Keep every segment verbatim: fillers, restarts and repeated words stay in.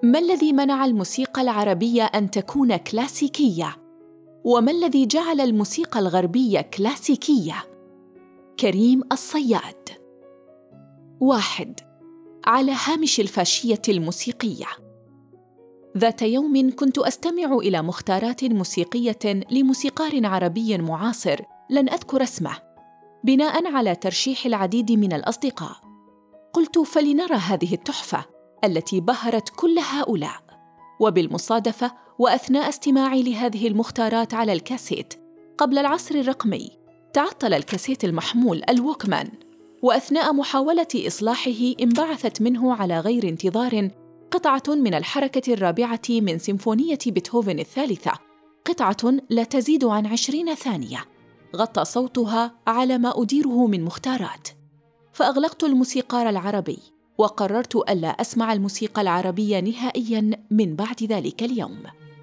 ما الذي منع الموسيقى العربية أن تكون كلاسيكية؟ وما الذي جعل الموسيقى الغربية كلاسيكية؟ كريم الصياد. واحد. على هامش الفاشية الموسيقية. ذات يوم كنت أستمع إلى مختارات موسيقية لموسيقار عربي معاصر لن أذكر اسمه، بناء على ترشيح العديد من الأصدقاء. قلت فلنرى هذه التحفة التي بهرت كل هؤلاء. وبالمصادفة وأثناء استماعي لهذه المختارات على الكاسيت قبل العصر الرقمي، تعطل الكاسيت المحمول الووكمان، وأثناء محاولة إصلاحه انبعثت منه على غير انتظار قطعة من الحركة الرابعة من سيمفونية بيتهوفن الثالثة، قطعة لا تزيد عن عشرين ثانية، غطى صوتها على ما أديره من مختارات. فأغلقت الموسيقار العربي وقررت ألا أسمع الموسيقى العربية نهائياً من بعد ذلك اليوم.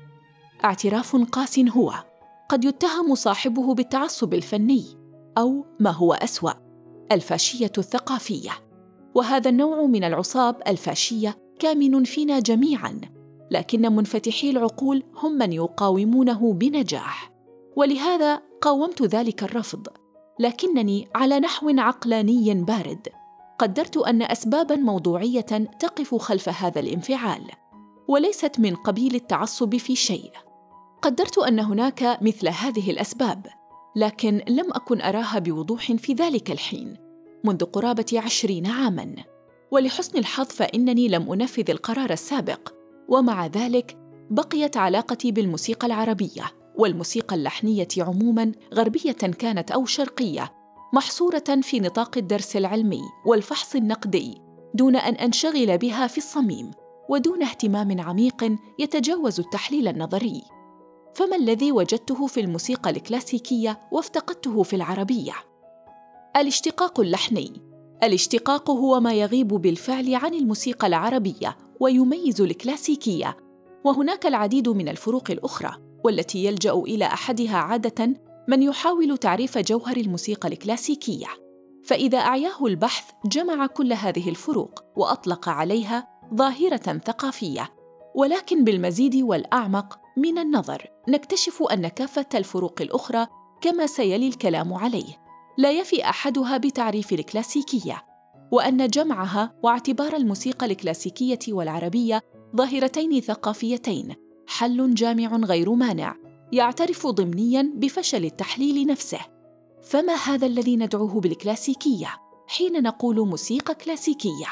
اعتراف قاس هو، قد يتهم صاحبه بالتعصب الفني، أو ما هو أسوأ، الفاشية الثقافية. وهذا النوع من العصاب الفاشية كامن فينا جميعاً، لكن منفتحي العقول هم من يقاومونه بنجاح. ولهذا قاومت ذلك الرفض، لكنني على نحو عقلاني بارد قدرت أن أسباباً موضوعية تقف خلف هذا الانفعال، وليست من قبيل التعصب في شيء. قدرت أن هناك مثل هذه الأسباب، لكن لم أكن أراها بوضوح في ذلك الحين منذ قرابة عشرين عاماً. ولحسن الحظ فإنني لم أنفذ القرار السابق، ومع ذلك بقيت علاقتي بالموسيقى العربية والموسيقى اللحنية عموماً، غربية كانت أو شرقية، محصورة في نطاق الدرس العلمي والفحص النقدي، دون أن أنشغل بها في الصميم، ودون اهتمام عميق يتجاوز التحليل النظري. فما الذي وجدته في الموسيقى الكلاسيكية وافتقدته في العربية؟ الاشتقاق اللحني. الاشتقاق هو ما يغيب بالفعل عن الموسيقى العربية ويميز الكلاسيكية، وهناك العديد من الفروق الأخرى، والتي يلجأ إلى أحدها عادة من يحاول تعريف جوهر الموسيقى الكلاسيكية، فإذا أعياه البحث جمع كل هذه الفروق وأطلق عليها ظاهرة ثقافية. ولكن بالمزيد والأعمق من النظر نكتشف أن كافة الفروق الأخرى، كما سيلي الكلام عليه، لا يفي أحدها بتعريف الكلاسيكية، وأن جمعها واعتبار الموسيقى الكلاسيكية والعربية ظاهرتين ثقافيتين حل جامع غير مانع، يعترف ضمنياً بفشل التحليل نفسه. فما هذا الذي ندعوه بالكلاسيكية حين نقول موسيقى كلاسيكية؟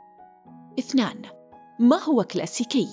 اثنان. ما هو كلاسيكي؟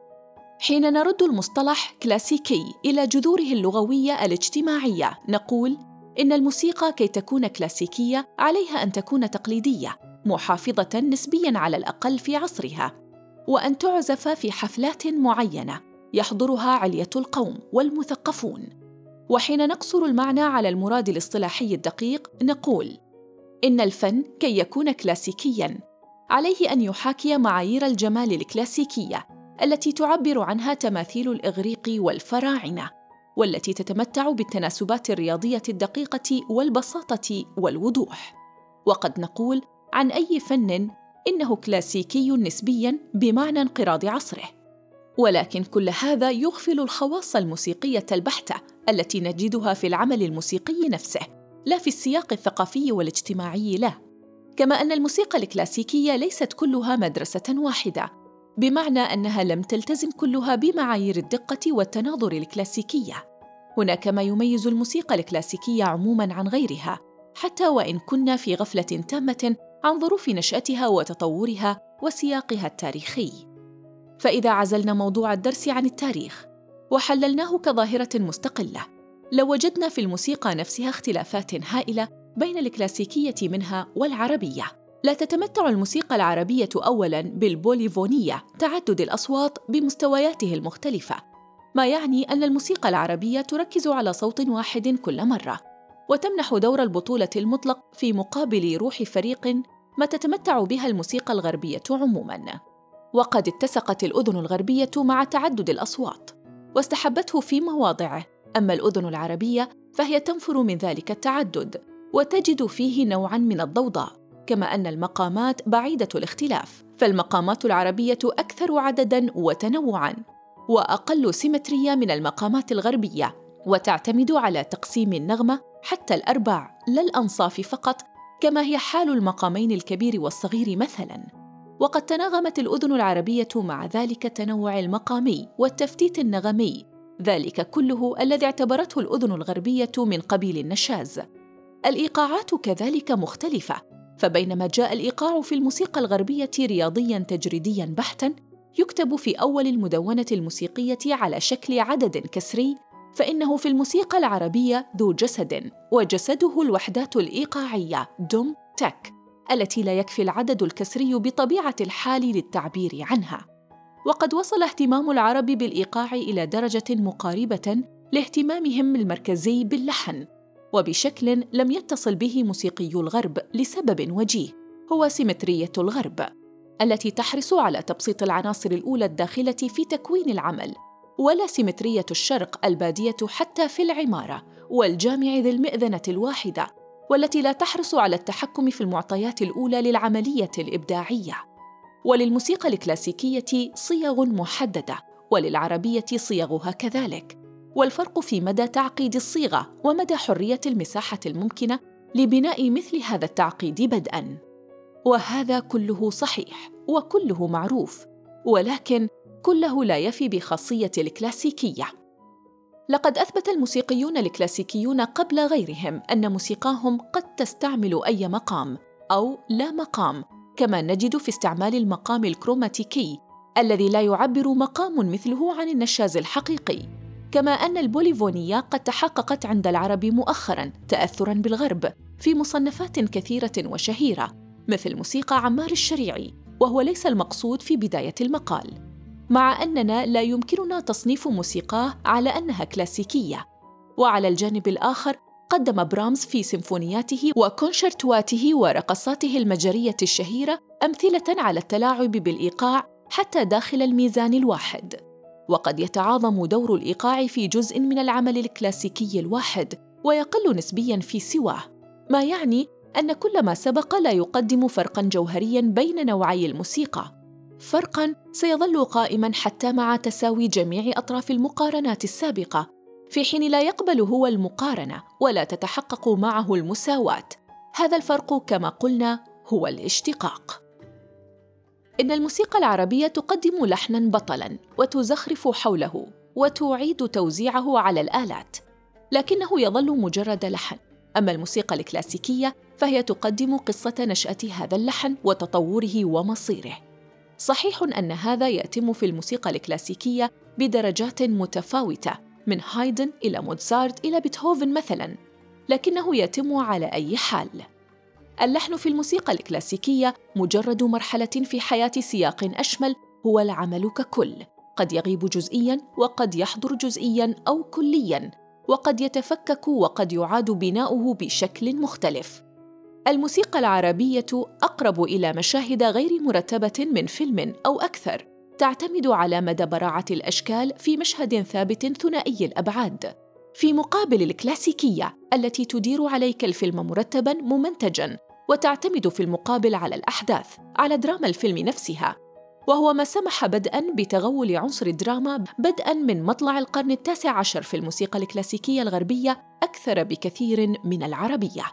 حين نرد المصطلح كلاسيكي إلى جذوره اللغوية الاجتماعية، نقول إن الموسيقى كي تكون كلاسيكية عليها أن تكون تقليدية، محافظة نسبياً على الأقل في عصرها، وأن تعزف في حفلات معينة يحضرها علية القوم والمثقفون. وحين نقصر المعنى على المراد الاصطلاحي الدقيق، نقول إن الفن كي يكون كلاسيكياً عليه أن يحاكي معايير الجمال الكلاسيكية التي تعبر عنها تماثيل الإغريق والفراعنة، والتي تتمتع بالتناسبات الرياضية الدقيقة والبساطة والوضوح. وقد نقول عن أي فن إنه كلاسيكي نسبياً بمعنى انقراض عصره، ولكن كل هذا يغفل الخواص الموسيقية البحتة التي نجدها في العمل الموسيقي نفسه، لا في السياق الثقافي والاجتماعي له. كما أن الموسيقى الكلاسيكية ليست كلها مدرسة واحدة، بمعنى أنها لم تلتزم كلها بمعايير الدقة والتناظر الكلاسيكية. هناك ما يميز الموسيقى الكلاسيكية عموماً عن غيرها، حتى وإن كنا في غفلة تامة عن ظروف نشأتها وتطورها وسياقها التاريخي. فإذا عزلنا موضوع الدرس عن التاريخ وحللناه كظاهرة مستقلة، لوجدنا في الموسيقى نفسها اختلافات هائلة بين الكلاسيكية منها والعربية. لا تتمتع الموسيقى العربية أولاً بالبوليفونية، تعدد الأصوات بمستوياته المختلفة، ما يعني أن الموسيقى العربية تركز على صوت واحد كل مرة، وتمنح دور البطولة المطلق في مقابل روح فريق ما تتمتع بها الموسيقى الغربية عموماً. وقد اتسقت الأذن الغربية مع تعدد الأصوات واستحبته في مواضعه، أما الأذن العربية فهي تنفر من ذلك التعدد وتجد فيه نوعاً من الضوضاء، كما أن المقامات بعيدة الاختلاف، فالمقامات العربية أكثر عدداً وتنوعاً، وأقل سيمترية من المقامات الغربية، وتعتمد على تقسيم النغمة حتى الأرباع لا الأنصاف فقط، كما هي حال المقامين الكبير والصغير مثلاً. وقد تناغمت الأذن العربية مع ذلك التنوع المقامي والتفتيت النغمي، ذلك كله الذي اعتبرته الأذن الغربية من قبيل النشاز. الإيقاعات كذلك مختلفة، فبينما جاء الإيقاع في الموسيقى الغربية رياضياً تجريدياً بحتاً يكتب في أول المدونة الموسيقية على شكل عدد كسري، فإنه في الموسيقى العربية ذو جسد، وجسده الوحدات الإيقاعية دم تك، التي لا يكفي العدد الكسري بطبيعة الحال للتعبير عنها. وقد وصل اهتمام العرب بالإيقاع إلى درجة مقاربة لاهتمامهم المركزي باللحن، وبشكل لم يتصل به موسيقيو الغرب لسبب وجيه، هو سيمترية الغرب، التي تحرص على تبسيط العناصر الأولى الداخلة في تكوين العمل، ولا سيمترية الشرق البادية حتى في العمارة والجامع ذي المئذنة الواحدة، والتي لا تحرص على التحكم في المعطيات الأولى للعملية الإبداعية. وللموسيقى الكلاسيكية صيغ محددة، وللعربية صيغها كذلك، والفرق في مدى تعقيد الصيغة ومدى حرية المساحة الممكنة لبناء مثل هذا التعقيد بدءاً. وهذا كله صحيح وكله معروف، ولكن كله لا يفي بخاصية الكلاسيكية. لقد أثبت الموسيقيون الكلاسيكيون قبل غيرهم أن موسيقاهم قد تستعمل أي مقام أو لا مقام، كما نجد في استعمال المقام الكروماتيكي الذي لا يعبر مقام مثله عن النشاز الحقيقي، كما أن البوليفونية قد تحققت عند العرب مؤخراً تأثراً بالغرب في مصنفات كثيرة وشهيرة، مثل موسيقى عمار الشريعي، وهو ليس المقصود في بداية المقال، مع أننا لا يمكننا تصنيف موسيقاه على أنها كلاسيكية. وعلى الجانب الآخر قدم برامز في سيمفونياته وكونشرتواته ورقصاته المجرية الشهيرة أمثلة على التلاعب بالإيقاع حتى داخل الميزان الواحد. وقد يتعاظم دور الإيقاع في جزء من العمل الكلاسيكي الواحد ويقل نسبياً في سواه، ما يعني أن كل ما سبق لا يقدم فرقاً جوهرياً بين نوعي الموسيقى، فرقاً سيظل قائماً حتى مع تساوي جميع أطراف المقارنات السابقة، في حين لا يقبل هو المقارنة ولا تتحقق معه المساواة. هذا الفرق كما قلنا هو الاشتقاق. إن الموسيقى العربية تقدم لحناً بطلاً وتزخرف حوله وتعيد توزيعه على الآلات، لكنه يظل مجرد لحن. أما الموسيقى الكلاسيكية فهي تقدم قصة نشأة هذا اللحن وتطوره ومصيره. صحيح أن هذا يتم في الموسيقى الكلاسيكية بدرجات متفاوتة، من هايدن إلى موتسارت إلى بيتهوفن مثلاً، لكنه يتم على أي حال. اللحن في الموسيقى الكلاسيكية مجرد مرحلة في حياة سياق أشمل هو العمل ككل، قد يغيب جزئياً وقد يحضر جزئياً أو كلياً، وقد يتفكك وقد يعاد بناؤه بشكل مختلف. الموسيقى العربية أقرب إلى مشاهد غير مرتبة من فيلم أو أكثر، تعتمد على مدى براعة الأشكال في مشهد ثابت ثنائي الأبعاد، في مقابل الكلاسيكية التي تدير عليك الفيلم مرتباً ممنتجاً، وتعتمد في المقابل على الأحداث، على دراما الفيلم نفسها، وهو ما سمح بدءاً بتغول عنصر الدراما بدءاً من مطلع القرن التاسع عشر في الموسيقى الكلاسيكية الغربية أكثر بكثير من العربية.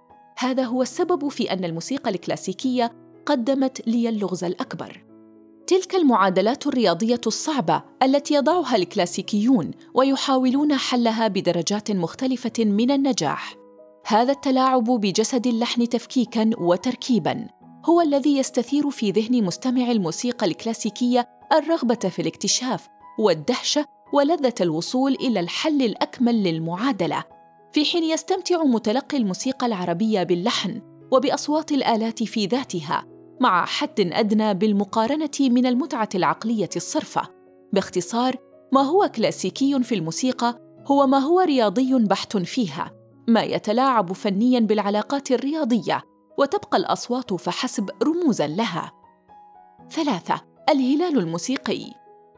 هذا هو السبب في أن الموسيقى الكلاسيكية قدمت لي اللغز الأكبر، تلك المعادلات الرياضية الصعبة التي يضعها الكلاسيكيون ويحاولون حلها بدرجات مختلفة من النجاح. هذا التلاعب بجسد اللحن تفكيكاً وتركيباً هو الذي يستثير في ذهن مستمع الموسيقى الكلاسيكية الرغبة في الاكتشاف والدهشة ولذة الوصول إلى الحل الأكمل للمعادلة، في حين يستمتع متلقي الموسيقى العربية باللحن وبأصوات الآلات في ذاتها، مع حد أدنى بالمقارنة من المتعة العقلية الصرفة. باختصار، ما هو كلاسيكي في الموسيقى هو ما هو رياضي بحت فيها، ما يتلاعب فنياً بالعلاقات الرياضية، وتبقى الأصوات فحسب رموزاً لها. ثلاثة، الهلال الموسيقي.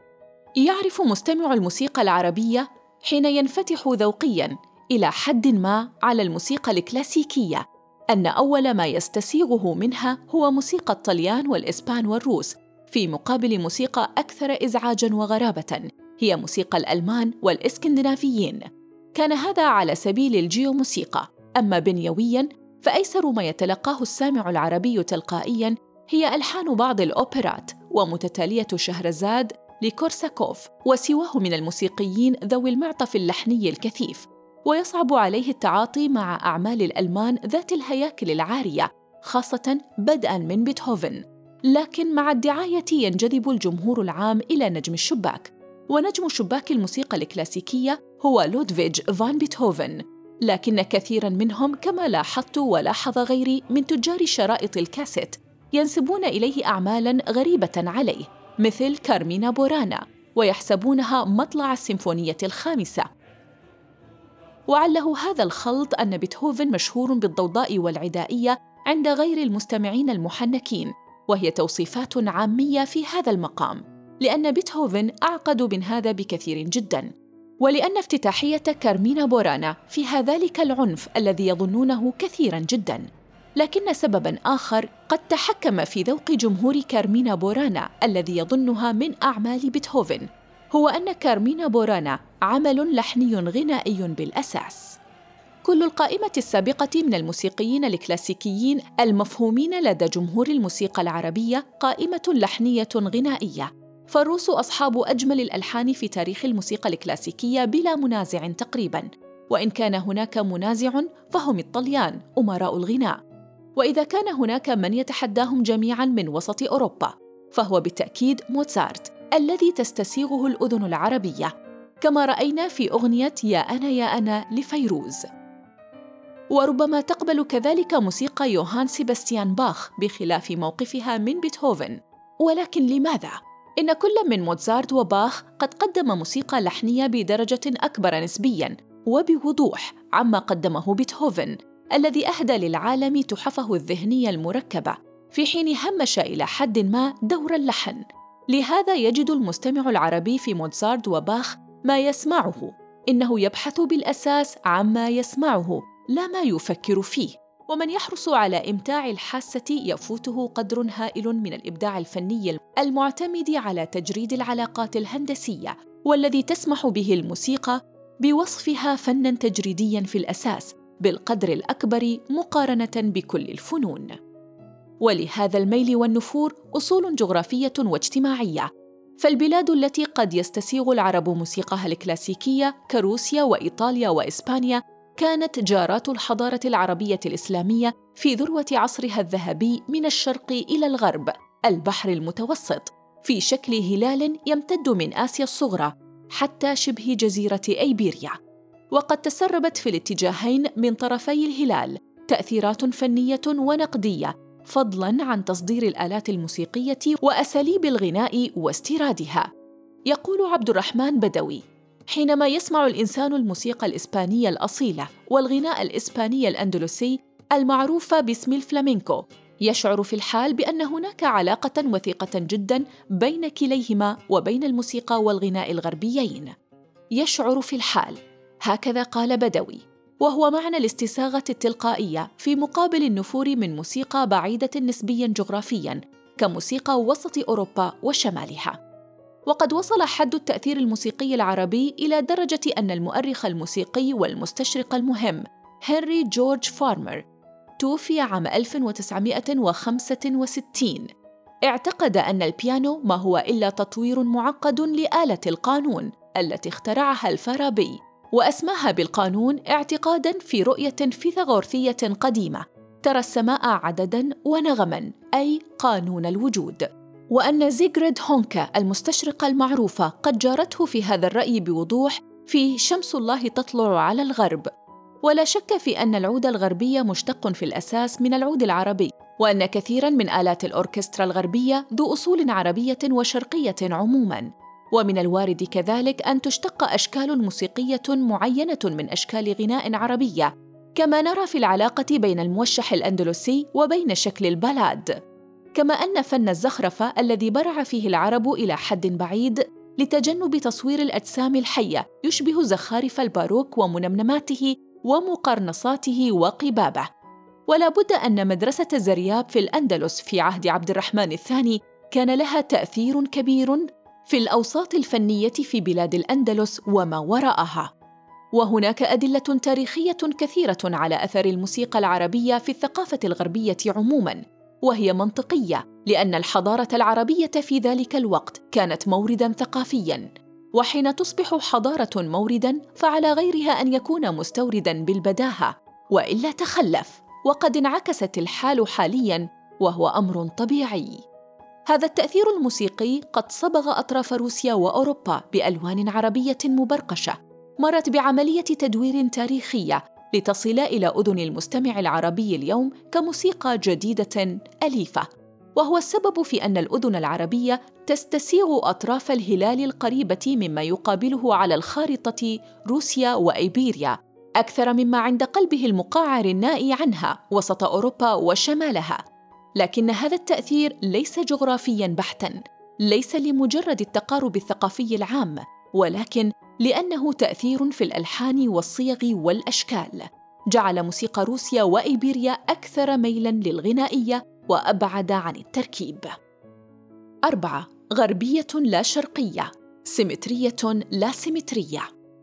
يعرف مستمع الموسيقى العربية حين ينفتح ذوقياً إلى حد ما على الموسيقى الكلاسيكية أن أول ما يستسيغه منها هو موسيقى الطليان والإسبان والروس، في مقابل موسيقى أكثر إزعاجاً وغرابة هي موسيقى الألمان والإسكندنافيين. كان هذا على سبيل الجيوموسيقى. أما بنيوياً فأيسر ما يتلقاه السامع العربي تلقائياً هي ألحان بعض الأوبرات ومتتالية شهرزاد لكورساكوف وسواه من الموسيقيين ذوي المعطف اللحني الكثيف، ويصعب عليه التعاطي مع أعمال الألمان ذات الهياكل العارية، خاصة بدءاً من بيتهوفن. لكن مع الدعاية ينجذب الجمهور العام إلى نجم الشباك، ونجم شباك الموسيقى الكلاسيكية هو لودفيج فان بيتهوفن. لكن كثيراً منهم، كما لاحظت ولاحظ غيري من تجار شرائط الكاسيت، ينسبون إليه أعمالاً غريبة عليه مثل كارمينا بورانا، ويحسبونها مطلع السيمفونية الخامسة. وعله هذا الخلط أن بيتهوفن مشهور بالضوضاء والعدائية عند غير المستمعين المحنكين، وهي توصيفات عامية في هذا المقام، لأن بيتهوفن أعقد من هذا بكثير جداً، ولأن افتتاحية كارمينا بورانا فيها ذلك العنف الذي يظنونه كثيراً جداً. لكن سبباً آخر قد تحكم في ذوق جمهور كارمينا بورانا الذي يظنها من أعمال بيتهوفن، هو أن كارمينا بورانا عمل لحني غنائي بالأساس. كل القائمة السابقة من الموسيقيين الكلاسيكيين المفهومين لدى جمهور الموسيقى العربية قائمة لحنية غنائية، فالروس أصحاب أجمل الألحان في تاريخ الموسيقى الكلاسيكية بلا منازع تقريباً، وإن كان هناك منازع فهم الطليان أمراء الغناء. وإذا كان هناك من يتحداهم جميعاً من وسط أوروبا فهو بالتأكيد موتسارت الذي تستسيغه الأذن العربية، كما رأينا في أغنية يا أنا يا أنا لفيروز. وربما تقبل كذلك موسيقى يوهان سيباستيان باخ بخلاف موقفها من بيتهوفن. ولكن لماذا؟ إن كل من موتسارت وباخ قد قدم موسيقى لحنية بدرجة أكبر نسبياً وبوضوح عما قدمه بيتهوفن الذي أهدى للعالم تحفه الذهنية المركبة، في حين همش إلى حد ما دور اللحن. لهذا يجد المستمع العربي في موتسارت وباخ ما يسمعه، إنه يبحث بالأساس عما يسمعه لا ما يفكر فيه. ومن يحرص على إمتاع الحاسة يفوته قدر هائل من الإبداع الفني المعتمد على تجريد العلاقات الهندسية، والذي تسمح به الموسيقى بوصفها فناً تجريدياً في الأساس بالقدر الأكبر مقارنة بكل الفنون. ولهذا الميل والنفور أصول جغرافية واجتماعية، فالبلاد التي قد يستسيغ العرب موسيقاها الكلاسيكية كروسيا وإيطاليا وإسبانيا كانت جارات الحضارة العربية الإسلامية في ذروة عصرها الذهبي من الشرق إلى الغرب البحر المتوسط، في شكل هلال يمتد من آسيا الصغرى حتى شبه جزيرة أيبيريا. وقد تسربت في الاتجاهين من طرفي الهلال تأثيرات فنية ونقدية، فضلاً عن تصدير الآلات الموسيقية وأساليب الغناء واستيرادها. يقول عبد الرحمن بدوي: حينما يسمع الإنسان الموسيقى الإسبانية الأصيلة والغناء الإسباني الأندلسي المعروف باسم الفلامينكو، يشعر في الحال بأن هناك علاقة وثيقة جداً بين كليهما وبين الموسيقى والغناء الغربيين. يشعر في الحال، هكذا قال بدوي، وهو معنى الاستساغة التلقائية في مقابل النفور من موسيقى بعيدة نسبياً جغرافياً كموسيقى وسط أوروبا وشمالها. وقد وصل حد التأثير الموسيقي العربي إلى درجة أن المؤرخ الموسيقي والمستشرق المهم هنري جورج فارمر توفي عام ألف وتسعمائة وخمسة وستين اعتقد أن البيانو ما هو إلا تطوير معقد لآلة القانون التي اخترعها الفارابي، وأسماها بالقانون اعتقاداً في رؤية فيثاغورثية قديمة ترى السماء عدداً ونغماً، أي قانون الوجود. وأن زيغريد هونكا المستشرقة المعروفة قد جارته في هذا الرأي بوضوح في شمس الله تطلع على الغرب. ولا شك في أن العود الغربي مشتق في الأساس من العود العربي، وأن كثيراً من آلات الأوركسترا الغربية ذو أصول عربية وشرقية عموماً. ومن الوارد كذلك أن تشتق أشكال موسيقية معينة من أشكال غناء عربية، كما نرى في العلاقة بين الموشح الأندلسي وبين شكل البالاد. كما أن فن الزخرفة الذي برع فيه العرب إلى حد بعيد لتجنب تصوير الأجسام الحية يشبه زخارف الباروك ومنمنماته ومقرنصاته وقبابه. ولا بد أن مدرسة زرياب في الأندلس في عهد عبد الرحمن الثاني كان لها تأثير كبير في الأوساط الفنية في بلاد الأندلس وما وراءها. وهناك أدلة تاريخية كثيرة على أثر الموسيقى العربية في الثقافة الغربية عموماً، وهي منطقية لأن الحضارة العربية في ذلك الوقت كانت مورداً ثقافياً، وحين تصبح حضارة مورداً فعلى غيرها أن يكون مستورداً بالبداهة، وإلا تخلف، وقد انعكست الحال حالياً وهو أمر طبيعي. هذا التأثير الموسيقي قد صبغ أطراف روسيا وأوروبا بألوان عربية مبرقشة مرت بعملية تدوير تاريخية لتصل إلى أذن المستمع العربي اليوم كموسيقى جديدة أليفة، وهو السبب في أن الأذن العربية تستسيغ أطراف الهلال القريبة مما يقابله على الخارطة روسيا وإيبيريا أكثر مما عند قلبه المقعر النائي عنها وسط أوروبا وشمالها. لكن هذا التأثير ليس جغرافياً بحتاً، ليس لمجرد التقارب الثقافي العام، ولكن لأنه تأثير في الألحان والصيغ والأشكال جعل موسيقى روسيا وإيبيريا أكثر ميلاً للغنائية وأبعد عن التركيب. أربعة. غربية لا شرقية، سيمترية لا سيمترية.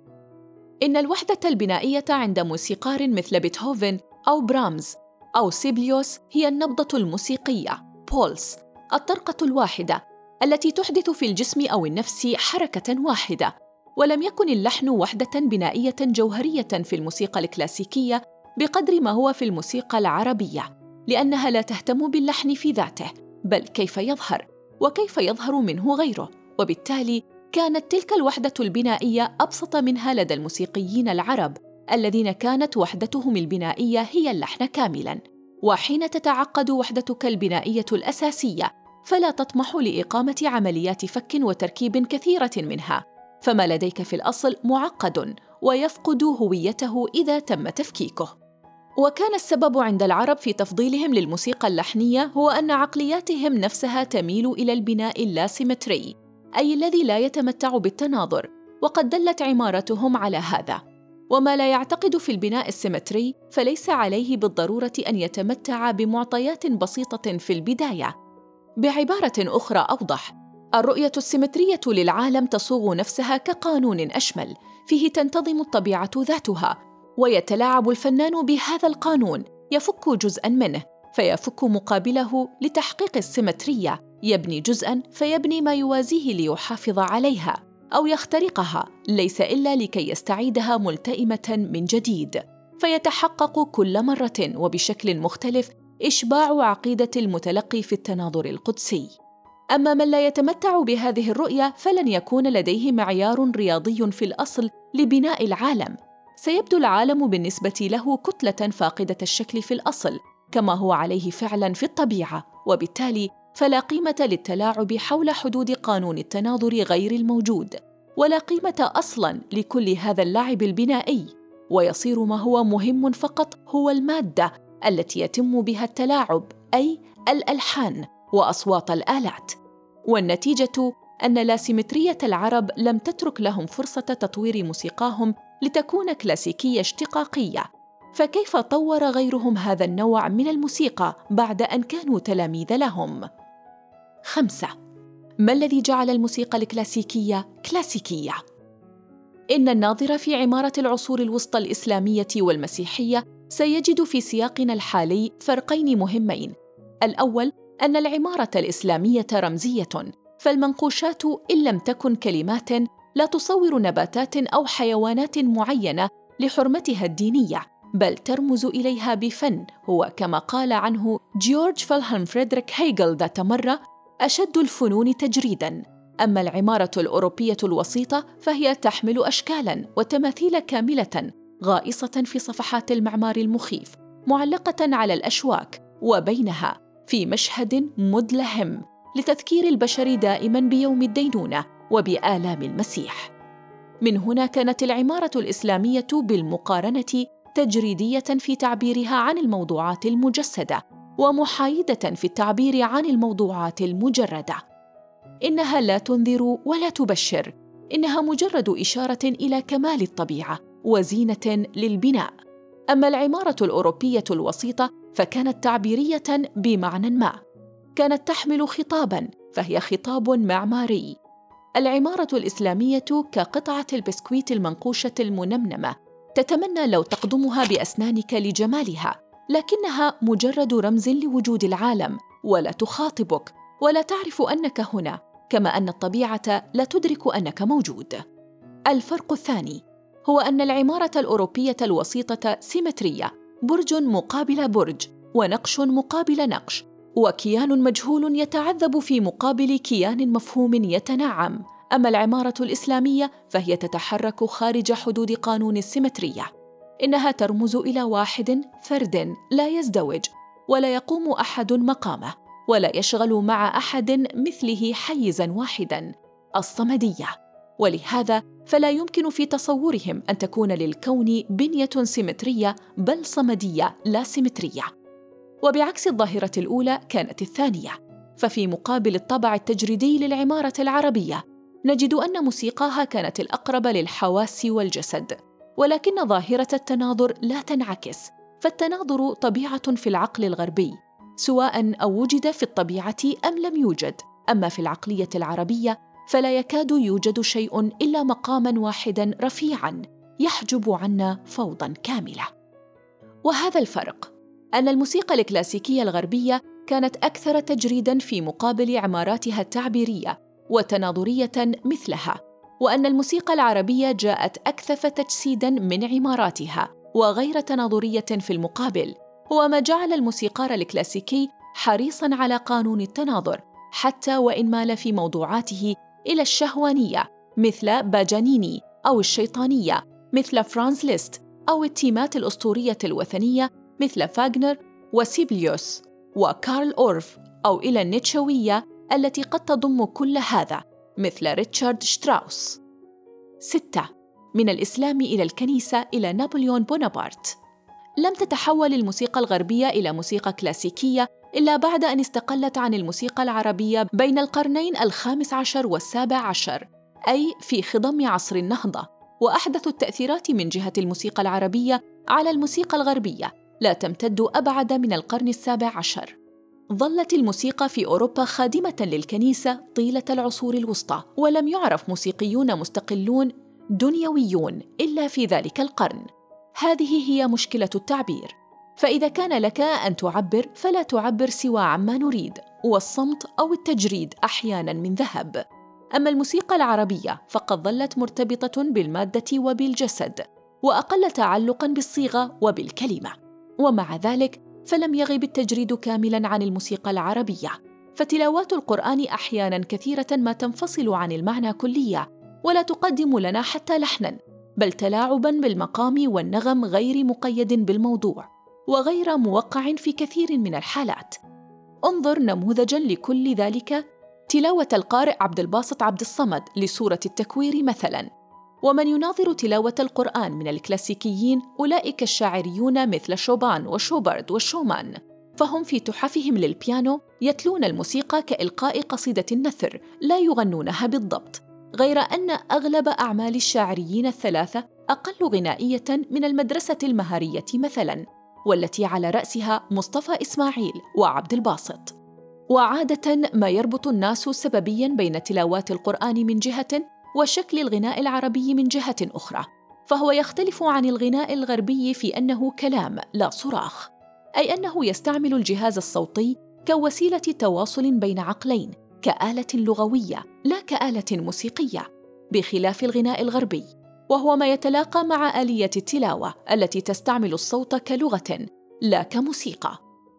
إن الوحدة البنائية عند موسيقار مثل بيتهوفن أو برامز أو سيبليوس هي النبضة الموسيقية بولس، الطرقة الواحدة التي تحدث في الجسم أو النفس حركة واحدة. ولم يكن اللحن وحدة بنائية جوهرية في الموسيقى الكلاسيكية بقدر ما هو في الموسيقى العربية، لأنها لا تهتم باللحن في ذاته، بل كيف يظهر وكيف يظهر منه غيره، وبالتالي كانت تلك الوحدة البنائية أبسط منها لدى الموسيقيين العرب الذين كانت وحدتهم البنائية هي اللحن كاملاً. وحين تتعقد وحدتك البنائية الأساسية فلا تطمح لإقامة عمليات فك وتركيب كثيرة منها، فما لديك في الأصل معقد ويفقد هويته إذا تم تفكيكه. وكان السبب عند العرب في تفضيلهم للموسيقى اللحنية هو أن عقلياتهم نفسها تميل إلى البناء اللاسيمتري، أي الذي لا يتمتع بالتناظر، وقد دلت عمارتهم على هذا. وما لا يعتقد في البناء السيمتري فليس عليه بالضرورة أن يتمتع بمعطيات بسيطة في البداية. بعبارة أخرى أوضح، الرؤية السيمترية للعالم تصوغ نفسها كقانون أشمل فيه تنتظم الطبيعة ذاتها، ويتلاعب الفنان بهذا القانون، يفك جزءاً منه فيفك مقابله لتحقيق السيمترية، يبني جزءاً فيبني ما يوازيه ليحافظ عليها، أو يخترقها ليس إلا لكي يستعيدها ملتئمة من جديد، فيتحقق كل مرة وبشكل مختلف إشباع عقيدة المتلقي في التناظر القدسي. أما من لا يتمتع بهذه الرؤية فلن يكون لديه معيار رياضي في الأصل لبناء العالم، سيبدو العالم بالنسبة له كتلة فاقدة الشكل في الأصل كما هو عليه فعلاً في الطبيعة، وبالتالي فلا قيمة للتلاعب حول حدود قانون التناظر غير الموجود، ولا قيمة أصلاً لكل هذا اللعب البنائي، ويصير ما هو مهم فقط هو المادة التي يتم بها التلاعب، أي الألحان وأصوات الآلات. والنتيجة أن لاسيمترية العرب لم تترك لهم فرصة تطوير موسيقاهم لتكون كلاسيكية اشتقاقية، فكيف طور غيرهم هذا النوع من الموسيقى بعد أن كانوا تلاميذ لهم؟ خمسة. ما الذي جعل الموسيقى الكلاسيكية كلاسيكية؟ إن الناظر في عمارة العصور الوسطى الإسلامية والمسيحية سيجد في سياقنا الحالي فرقين مهمين. الأول أن العمارة الإسلامية رمزية، فالمنقوشات إن لم تكن كلمات لا تصور نباتات أو حيوانات معينة لحرمتها الدينية، بل ترمز إليها بفن هو كما قال عنه جيورج فيلهلم فريدريك هيجل ذات مرة أشد الفنون تجريداً. أما العمارة الأوروبية الوسيطة فهي تحمل أشكالاً وتماثيل كاملة غائصة في صفحات المعمار المخيف، معلقة على الأشواك وبينها في مشهد مدلهم لتذكير البشر دائماً بيوم الدينونة وبآلام المسيح. من هنا كانت العمارة الإسلامية بالمقارنة تجريدية في تعبيرها عن الموضوعات المجسدة، ومحايدة في التعبير عن الموضوعات المجردة. إنها لا تنذر ولا تبشر، إنها مجرد إشارة إلى كمال الطبيعة وزينة للبناء. أما العمارة الأوروبية الوسيطة فكانت تعبيرية بمعنى ما. كانت تحمل خطاباً، فهي خطاب معماري. العمارة الإسلامية كقطعة البسكويت المنقوشة المنمنمة، تتمنى لو تقضمها بأسنانك لجمالها، لكنها مجرد رمز لوجود العالم، ولا تخاطبك ولا تعرف أنك هنا، كما أن الطبيعة لا تدرك أنك موجود. الفرق الثاني هو أن العمارة الأوروبية الوسيطة سيمترية، برج مقابل برج، ونقش مقابل نقش، وكيان مجهول يتعذب في مقابل كيان مفهوم يتنعم. أما العمارة الإسلامية فهي تتحرك خارج حدود قانون السيمترية. إنها ترمز إلى واحد فرد لا يزدوج، ولا يقوم أحد مقامه، ولا يشغل مع أحد مثله حيزاً واحداً، الصمدية. ولهذا فلا يمكن في تصورهم أن تكون للكون بنية سيمترية، بل صمدية لا سيمترية. وبعكس الظاهرة الأولى كانت الثانية. ففي مقابل الطبع التجريدي للعمارة العربية نجد أن موسيقاها كانت الأقرب للحواس والجسد، ولكن ظاهرة التناظر لا تنعكس، فالتناظر طبيعة في العقل الغربي، سواء أو وجد في الطبيعة أم لم يوجد. أما في العقلية العربية فلا يكاد يوجد شيء إلا مقاماً واحداً رفيعاً يحجب عنا فوضاً كاملة. وهذا الفرق، أن الموسيقى الكلاسيكية الغربية كانت أكثر تجريداً في مقابل عماراتها التعبيرية وتناظرية مثلها، وأن الموسيقى العربية جاءت أكثف تجسيداً من عماراتها وغير تناظرية في المقابل، هو ما جعل الموسيقار الكلاسيكي حريصاً على قانون التناظر، حتى وإن مال في موضوعاته إلى الشهوانية مثل باجانيني، أو الشيطانية مثل فرانز ليست، أو التيمات الأسطورية الوثنية مثل فاغنر وسيبليوس وكارل أورف، أو إلى النيتشوية التي قد تضم كل هذا مثل ريتشارد شتراوس. ستة. من الإسلام إلى الكنيسة إلى نابليون بونابرت. لم تتحول الموسيقى الغربية إلى موسيقى كلاسيكية إلا بعد أن استقلت عن الموسيقى العربية بين القرنين الخامس عشر والسابع عشر، أي في خضم عصر النهضة. وأحدث التأثيرات من جهة الموسيقى العربية على الموسيقى الغربية لا تمتد أبعد من القرن السابع عشر. ظلت الموسيقى في أوروبا خادمة للكنيسة طيلة العصور الوسطى، ولم يعرف موسيقيون مستقلون دنيويون إلا في ذلك القرن. هذه هي مشكلة التعبير، فإذا كان لك أن تعبر فلا تعبر سوى عما نريد، والصمت أو التجريد أحياناً من ذهب. أما الموسيقى العربية فقد ظلت مرتبطة بالمادة وبالجسد، وأقل تعلقاً بالصيغة وبالكلمة. ومع ذلك فلم يغب التجريد كاملاً عن الموسيقى العربية، فتلاوات القرآن أحياناً كثيرة ما تنفصل عن المعنى كلية، ولا تقدم لنا حتى لحناً، بل تلاعباً بالمقام والنغم غير مقيد بالموضوع، وغير موقع في كثير من الحالات. انظر نموذجاً لكل ذلك: تلاوة القارئ عبد الباسط عبد الصمد لسورة التكوير مثلاً. ومن يناظر تلاوة القرآن من الكلاسيكيين أولئك الشاعريون مثل شوبان وشوبرد وشومان، فهم في تحفهم للبيانو يتلون الموسيقى كإلقاء قصيدة النثر، لا يغنونها بالضبط، غير أن أغلب أعمال الشاعريين الثلاثة أقل غنائية من المدرسة المهارية مثلاً، والتي على رأسها مصطفى إسماعيل وعبد الباسط. وعادة ما يربط الناس سببياً بين تلاوات القرآن من جهة وشكل الغناء العربي من جهة أخرى، فهو يختلف عن الغناء الغربي في أنه كلام لا صراخ، أي أنه يستعمل الجهاز الصوتي كوسيلة تواصل بين عقلين، كآلة لغوية لا كآلة موسيقية، بخلاف الغناء الغربي، وهو ما يتلاقى مع آلية التلاوة التي تستعمل الصوت كلغة لا كموسيقى.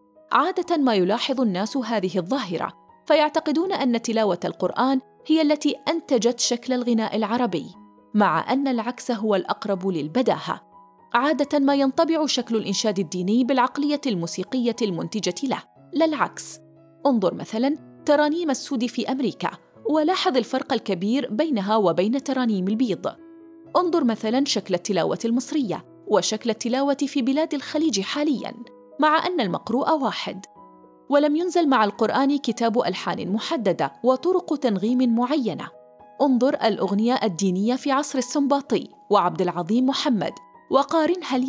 عادة ما يلاحظ الناس هذه الظاهرة فيعتقدون أن تلاوة القرآن هي التي أنتجت شكل الغناء العربي، مع أن العكس هو الأقرب للبداهة. عادة ما ينطبع شكل الإنشاد الديني بالعقلية الموسيقية المنتجة له، لا العكس. انظر مثلاً ترانيم السود في أمريكا، ولاحظ الفرق الكبير بينها وبين ترانيم البيض. انظر مثلاً شكل التلاوة المصرية وشكل التلاوة في بلاد الخليج حالياً، مع أن المقروء واحد. ولم ينزل مع القرآن كتاب ألحان محددة وطرق تنغيم معينة. انظر الأغنية الدينية في عصر السنباطي وعبد العظيم محمد، وقارنها اليوم،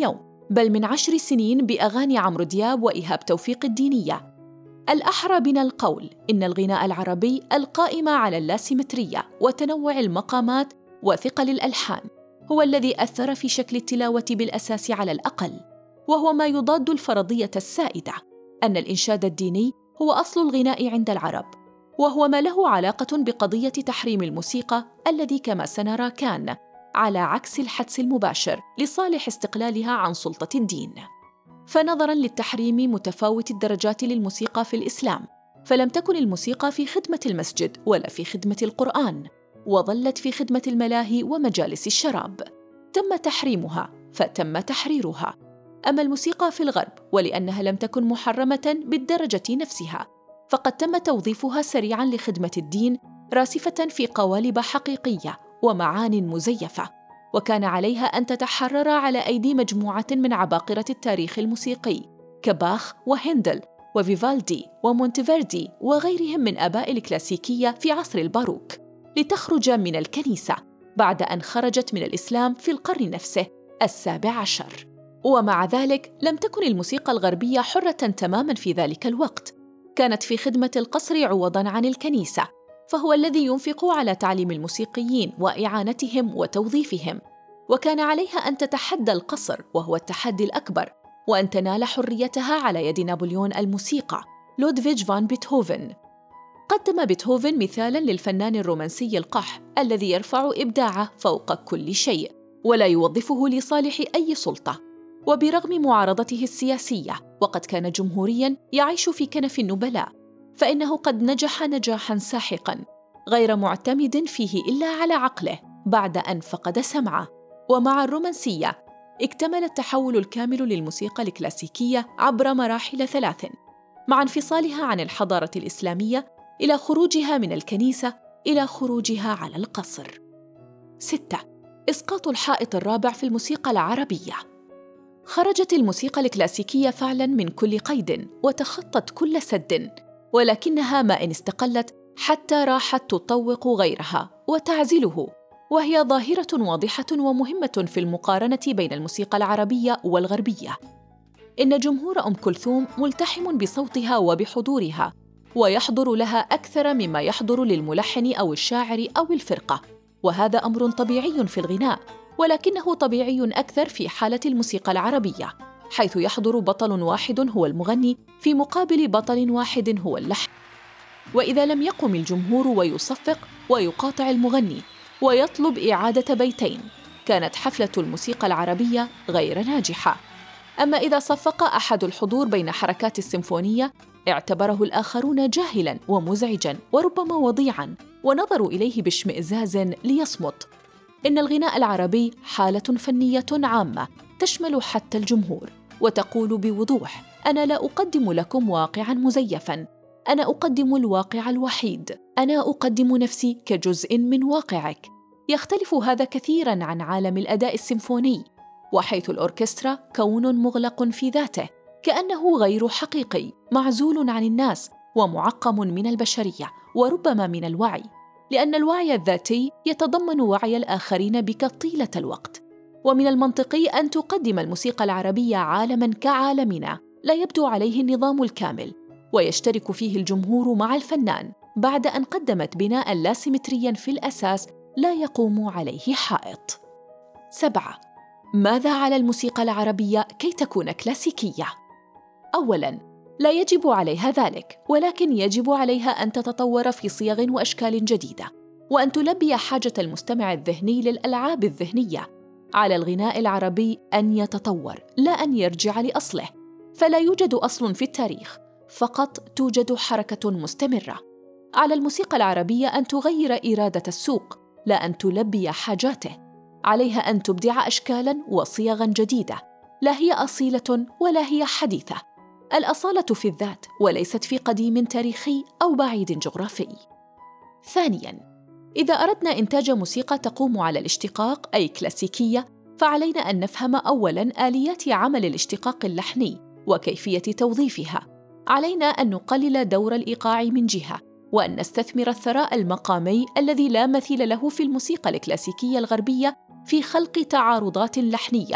بل من عشر سنين بأغاني عمرو دياب وإيهاب توفيق الدينية. الأحرى بنا القول إن الغناء العربي القائم على اللاسيمترية وتنوع المقامات وثقل الألحان هو الذي أثر في شكل التلاوة بالأساس على الأقل، وهو ما يضاد الفرضية السائدة أن الإنشاد الديني هو أصل الغناء عند العرب، وهو ما له علاقة بقضية تحريم الموسيقى الذي كما سنرى كان على عكس الحدس المباشر لصالح استقلالها عن سلطة الدين. فنظراً للتحريم متفاوت الدرجات للموسيقى في الإسلام، فلم تكن الموسيقى في خدمة المسجد ولا في خدمة القرآن، وظلت في خدمة الملاهي ومجالس الشراب. تم تحريمها فتم تحريرها. أما الموسيقى في الغرب، ولأنها لم تكن محرمة بالدرجة نفسها، فقد تم توظيفها سريعاً لخدمة الدين، راسفة في قوالب حقيقية ومعان مزيفة، وكان عليها أن تتحرر على أيدي مجموعة من عباقرة التاريخ الموسيقي كباخ وهندل وفيفالدي ومونتيفيردي وغيرهم من آباء الكلاسيكية في عصر الباروك، لتخرج من الكنيسة بعد أن خرجت من الإسلام في القرن نفسه السابع عشر. ومع ذلك لم تكن الموسيقى الغربية حرة تماماً في ذلك الوقت، كانت في خدمة القصر عوضاً عن الكنيسة، فهو الذي ينفق على تعليم الموسيقيين وإعانتهم وتوظيفهم، وكان عليها أن تتحدى القصر وهو التحدي الأكبر، وأن تنال حريتها على يد نابليون الموسيقى لودفيج فان بيتهوفن. قدم بيتهوفن مثالاً للفنان الرومانسي القح الذي يرفع إبداعه فوق كل شيء ولا يوظفه لصالح أي سلطة، وبرغم معارضته السياسية وقد كان جمهورياً يعيش في كنف النبلاء، فإنه قد نجح نجاحاً ساحقاً غير معتمد فيه إلا على عقله بعد أن فقد سمعه. ومع الرومانسية اكتمل التحول الكامل للموسيقى الكلاسيكية عبر مراحل ثلاث، مع انفصالها عن الحضارة الإسلامية إلى خروجها من الكنيسة إلى خروجها على القصر. ستة. إسقاط الحائط الرابع في الموسيقى العربية. خرجت الموسيقى الكلاسيكية فعلاً من كل قيد وتخطت كل سد، ولكنها ما إن استقلت حتى راحت تطوق غيرها وتعزله، وهي ظاهرة واضحة ومهمة في المقارنة بين الموسيقى العربية والغربية. إن جمهور أم كلثوم ملتحم بصوتها وبحضورها، ويحضر لها أكثر مما يحضر للملحن أو الشاعر أو الفرقة، وهذا أمر طبيعي في الغناء، ولكنه طبيعي أكثر في حالة الموسيقى العربية، حيث يحضر بطل واحد هو المغني في مقابل بطل واحد هو اللحن. وإذا لم يقم الجمهور ويصفق ويقاطع المغني ويطلب إعادة بيتين، كانت حفلة الموسيقى العربية غير ناجحة. أما إذا صفق أحد الحضور بين حركات السيمفونية، اعتبره الآخرون جاهلاً ومزعجاً وربما وضيعاً، ونظروا إليه باشمئزاز ليصمت. إن الغناء العربي حالة فنية عامة تشمل حتى الجمهور، وتقول بوضوح: أنا لا أقدم لكم واقعاً مزيفاً، أنا أقدم الواقع الوحيد، أنا أقدم نفسي كجزء من واقعك. يختلف هذا كثيراً عن عالم الأداء السيمفوني، وحيث الأوركسترا كون مغلق في ذاته، كأنه غير حقيقي، معزول عن الناس ومعقم من البشرية وربما من الوعي، لأن الوعي الذاتي يتضمن وعي الآخرين بك طيلة الوقت. ومن المنطقي أن تقدم الموسيقى العربية عالماً كعالمنا لا يبدو عليه النظام الكامل، ويشترك فيه الجمهور مع الفنان بعد أن قدمت بناءً لا سيمترياً في الأساس لا يقوم عليه حائط. سبعة. ماذا على الموسيقى العربية كي تكون كلاسيكية؟ أولاً، لا يجب عليها ذلك، ولكن يجب عليها أن تتطور في صيغ وأشكال جديدة، وأن تلبي حاجة المستمع الذهني للألعاب الذهنية. على الغناء العربي أن يتطور لا أن يرجع لأصله، فلا يوجد أصل في التاريخ، فقط توجد حركة مستمرة. على الموسيقى العربية أن تغير إرادة السوق لا أن تلبي حاجاته. عليها أن تبدع أشكالاً وصيغاً جديدة، لا هي أصيلة ولا هي حديثة. الأصالة في الذات وليست في قديم تاريخي أو بعيد جغرافي. ثانياً، إذا أردنا إنتاج موسيقى تقوم على الاشتقاق أي كلاسيكية، فعلينا أن نفهم أولاً آليات عمل الاشتقاق اللحني وكيفية توظيفها. علينا أن نقلل دور الإيقاع من جهة، وأن نستثمر الثراء المقامي الذي لا مثيل له في الموسيقى الكلاسيكية الغربية في خلق تعارضات لحنية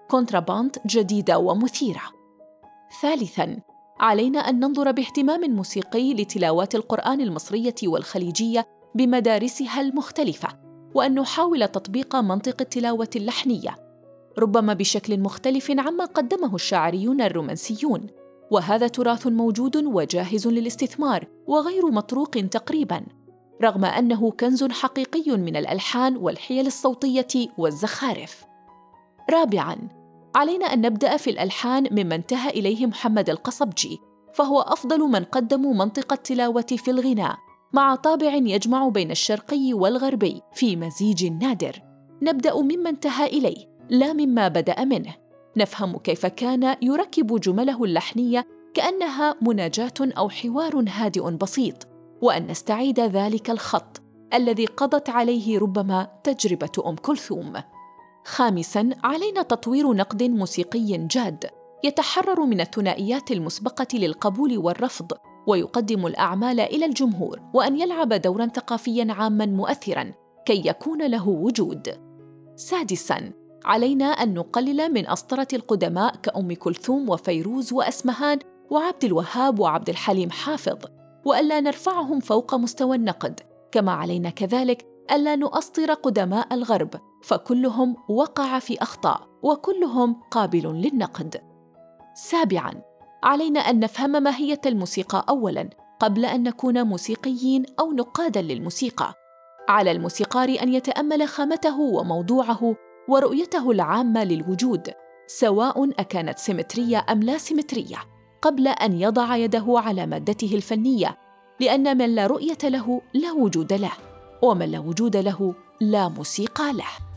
كونتراباند جديدة ومثيرة. ثالثاً، علينا أن ننظر باهتمام موسيقي لتلاوات القرآن المصرية والخليجية بمدارسها المختلفة، وأن نحاول تطبيق منطق التلاوة اللحنية، ربما بشكل مختلف عما قدمه الشاعريون الرومانسيون، وهذا تراث موجود وجاهز للاستثمار وغير مطروق تقريباً، رغم أنه كنز حقيقي من الألحان والحيل الصوتية والزخارف. رابعاً، علينا أن نبدأ في الألحان مما انتهى إليه محمد القصبجي، فهو أفضل من قدموا منطق التلاوة في الغناء، مع طابع يجمع بين الشرقي والغربي في مزيج نادر. نبدأ مما انتهى إليه لا مما بدأ منه، نفهم كيف كان يركب جمله اللحنية كأنها مناجاة أو حوار هادئ بسيط، وأن نستعيد ذلك الخط الذي قضت عليه ربما تجربة أم كلثوم. خامساً، علينا تطوير نقد موسيقي جاد يتحرر من الثنائيات المسبقة للقبول والرفض، ويقدم الأعمال إلى الجمهور، وأن يلعب دوراً ثقافياً عاماً مؤثراً كي يكون له وجود. سادساً، علينا أن نقلل من أسطرة القدماء كأم كلثوم وفيروز وأسمهان وعبد الوهاب وعبد الحليم حافظ، وألا نرفعهم فوق مستوى النقد، كما علينا كذلك ألا نؤسطر قدماء الغرب، فكلهم وقع في أخطاء وكلهم قابل للنقد. سابعاً، علينا أن نفهم ماهية الموسيقى أولاً قبل أن نكون موسيقيين أو نقاداً للموسيقى. على الموسيقار أن يتأمل خامته وموضوعه ورؤيته العامة للوجود، سواء أكانت سيمترية أم لا سيمترية، قبل أن يضع يده على مادته الفنية، لأن من لا رؤية له لا وجود له، ومن لا وجود له لا موسيقى له.